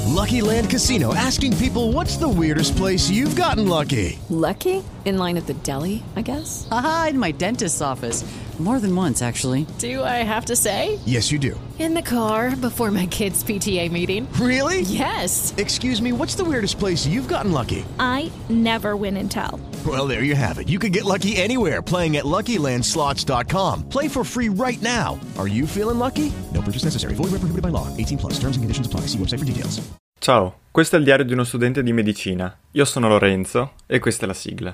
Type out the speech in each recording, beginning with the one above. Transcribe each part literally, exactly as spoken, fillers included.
Lucky Land Casino, asking people, what's the weirdest place you've gotten lucky? Lucky? In line at the deli, I guess? Aha, in my dentist's office. More than once, actually. Do I have to say? Yes, you do. In the car before my kids' P T A meeting. Really? Yes. Excuse me, what's the weirdest place you've gotten lucky? I never win and tell. Well, there you have it. You can get lucky anywhere, playing at Lucky Land Slots dot com. Play for free right now. Are you feeling lucky? No purchase necessary. Void where prohibited by law. eighteen plus. Terms and conditions apply. See website for details. Ciao, questo è il diario di uno studente di medicina. Io sono Lorenzo e questa è la sigla.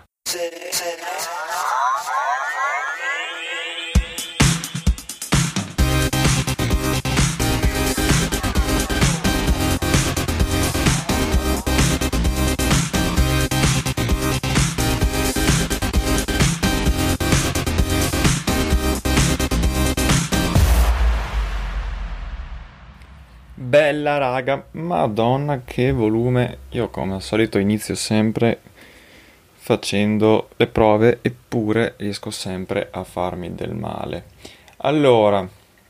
Bella raga, madonna che volume. Io come al solito inizio sempre facendo le prove, eppure riesco sempre a farmi del male. Allora,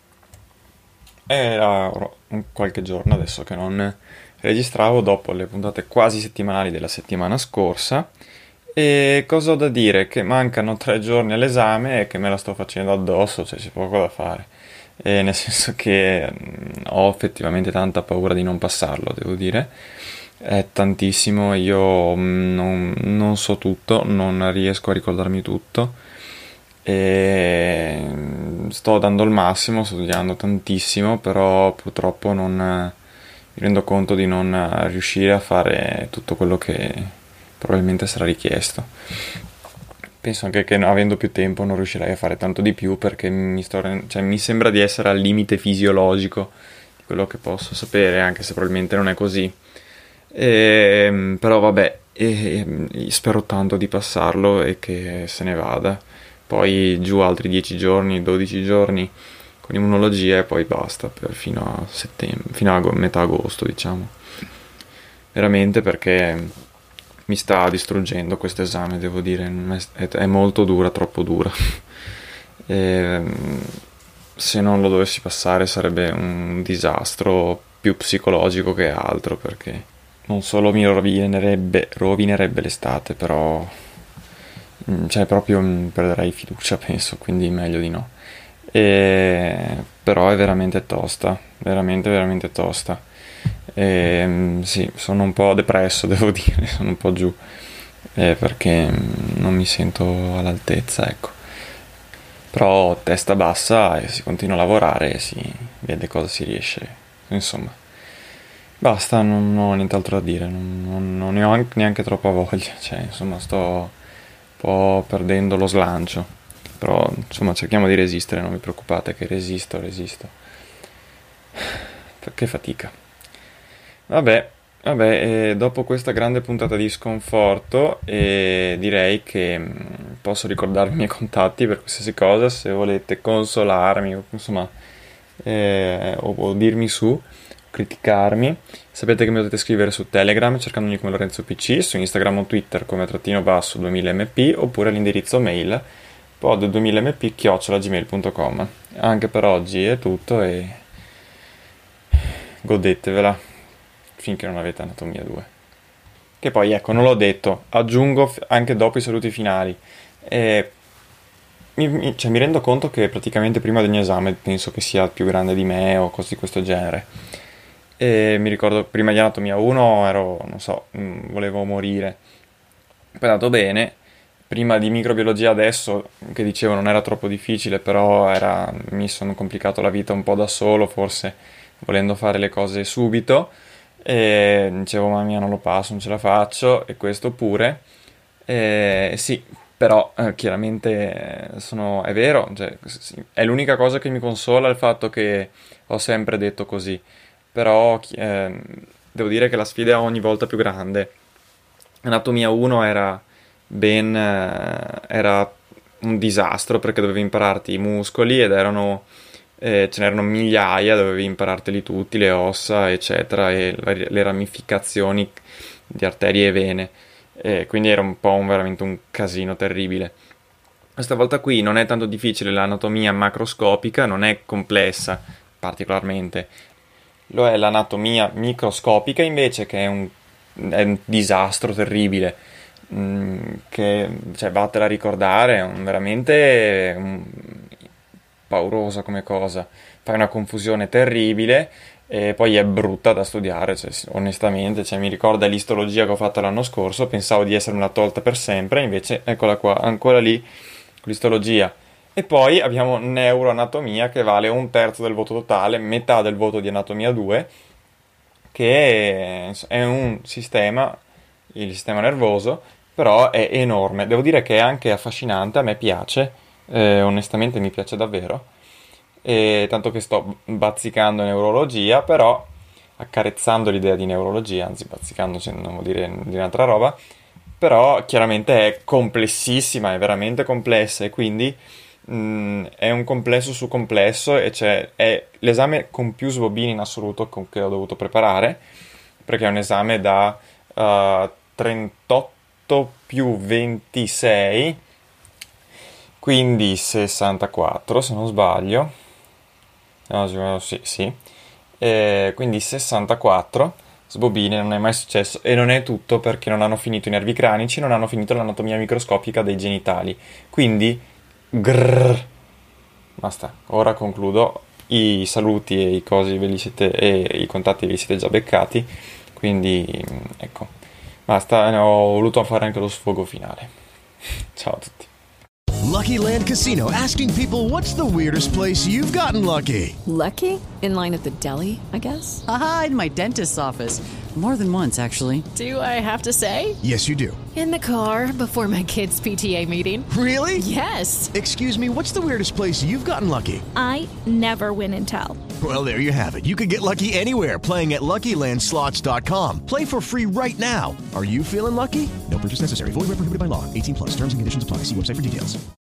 era un qualche giorno adesso che non registravo, dopo le puntate quasi settimanali della settimana scorsa, e cosa ho da dire? Che mancano tre giorni all'esame e che me la sto facendo addosso, cioè c'è poco da fare. E nel senso che mh, ho effettivamente tanta paura di non passarlo, devo dire. È tantissimo, io mh, non, non so tutto, non riesco a ricordarmi tutto e mh, sto dando il massimo, sto studiando tantissimo, però purtroppo non mi rendo conto di non riuscire a fare tutto quello che probabilmente sarà richiesto. Penso anche che avendo più tempo non riuscirei a fare tanto di più, perché mi, sto, cioè, mi sembra di essere al limite fisiologico di quello che posso sapere, anche se probabilmente non è così. E, però vabbè, e, e, spero tanto di passarlo e che se ne vada. Poi giù altri dieci giorni, dodici giorni con immunologia e poi basta, per, fino a settembre, fino a metà agosto, diciamo. Veramente, perché mi sta distruggendo questo esame, devo dire, è, è molto dura, troppo dura. E, se non lo dovessi passare sarebbe un disastro più psicologico che altro, perché non solo mi rovinerebbe, rovinerebbe l'estate, però cioè proprio perderei fiducia, penso, quindi meglio di no. E, però è veramente tosta, veramente veramente tosta. E, sì, sono un po' depresso, devo dire, sono un po' giù, eh, perché non mi sento all'altezza, ecco. Però testa bassa e si continua a lavorare e si vede cosa si riesce, insomma. Basta, non, non ho nient'altro da dire, non, non, non ne ho neanche troppa voglia, cioè, insomma, sto un po' perdendo lo slancio. Però, insomma, cerchiamo di resistere, non vi preoccupate che resisto, resisto. Che fatica. Vabbè, vabbè, eh, dopo questa grande puntata di sconforto, eh, direi che mh, posso ricordarvi i miei contatti per qualsiasi cosa, se volete consolarmi, o, insomma, eh, o, o dirmi su, criticarmi. Sapete che mi potete scrivere su Telegram cercandomi come Lorenzo P C, su Instagram o Twitter come trattino basso duemila m p, oppure all'indirizzo mail pod duemila m p chiocciola gmail punto com. Anche per oggi è tutto e godetevela finché non avete Anatomia due. Che poi, ecco, non l'ho detto, aggiungo f- anche dopo i saluti finali. E mi, mi, cioè, mi rendo conto che praticamente prima del mio esame penso che sia più grande di me o cose di questo genere. E mi ricordo, prima di Anatomia uno ero, non so, mh, volevo morire. Poi è andato bene. Prima di microbiologia adesso, che dicevo non era troppo difficile, però era, mi sono complicato la vita un po' da solo, forse volendo fare le cose subito. E dicevo, mamma mia, non lo passo, non ce la faccio, e questo pure. E sì, però eh, chiaramente sono, è vero, cioè, sì, è l'unica cosa che mi consola il fatto che ho sempre detto così, però eh, devo dire che la sfida è ogni volta più grande. Anatomia uno era ben eh, era un disastro, perché dovevi impararti i muscoli ed erano Eh, ce n'erano migliaia, dovevi impararteli tutti, le ossa, eccetera, e le ramificazioni di arterie e vene, e quindi era un po' un, veramente un casino terribile. Questa volta qui non è tanto difficile l'anatomia macroscopica, non è complessa particolarmente, lo è l'anatomia microscopica invece, che è un, è un disastro terribile, mh, che, cioè, vattela a ricordare, è un, veramente un, paurosa come cosa, fai una confusione terribile e poi è brutta da studiare, cioè, onestamente, cioè, mi ricorda l'istologia che ho fatto l'anno scorso, pensavo di essermela tolta per sempre, invece eccola qua, ancora lì, l'istologia. E poi abbiamo neuroanatomia, che vale un terzo del voto totale, metà del voto di anatomia due, che è un sistema, il sistema nervoso, però è enorme. Devo dire che è anche affascinante, a me piace, eh, onestamente mi piace davvero, e tanto che sto bazzicando neurologia, però accarezzando l'idea di neurologia, anzi bazzicando, cioè, non vuol dire, dire un'altra roba, però chiaramente è complessissima, è veramente complessa, e quindi Mm, è un complesso su complesso, e c'è è l'esame con più sbobini in assoluto con che ho dovuto preparare, perché è un esame da uh, trentotto più ventisei, quindi sessantaquattro se non sbaglio, no, sì, sì. E quindi sessantaquattro sbobini, non è mai successo, e non è tutto perché non hanno finito i nervi cranici, non hanno finito l'anatomia microscopica dei genitali, quindi grrr. Basta, ora concludo. I saluti e i cosi ve li siete, e i contatti ve li siete già beccati, quindi ecco, basta, ho voluto fare anche lo sfogo finale. Ciao a tutti. Lucky Land Casino, asking people, what's the weirdest place you've gotten lucky? Lucky? In line at the deli, I guess? Aha, in my dentist's office. More than once, actually. Do I have to say? Yes, you do. In the car before my kids' P T A meeting. Really? Yes. Excuse me, what's the weirdest place you've gotten lucky? I never win and tell. Well, there you have it. You can get lucky anywhere, playing at Lucky Land Slots dot com. Play for free right now. Are you feeling lucky? No purchase necessary. Void where prohibited by law. eighteen plus. Terms and conditions apply. See website for details.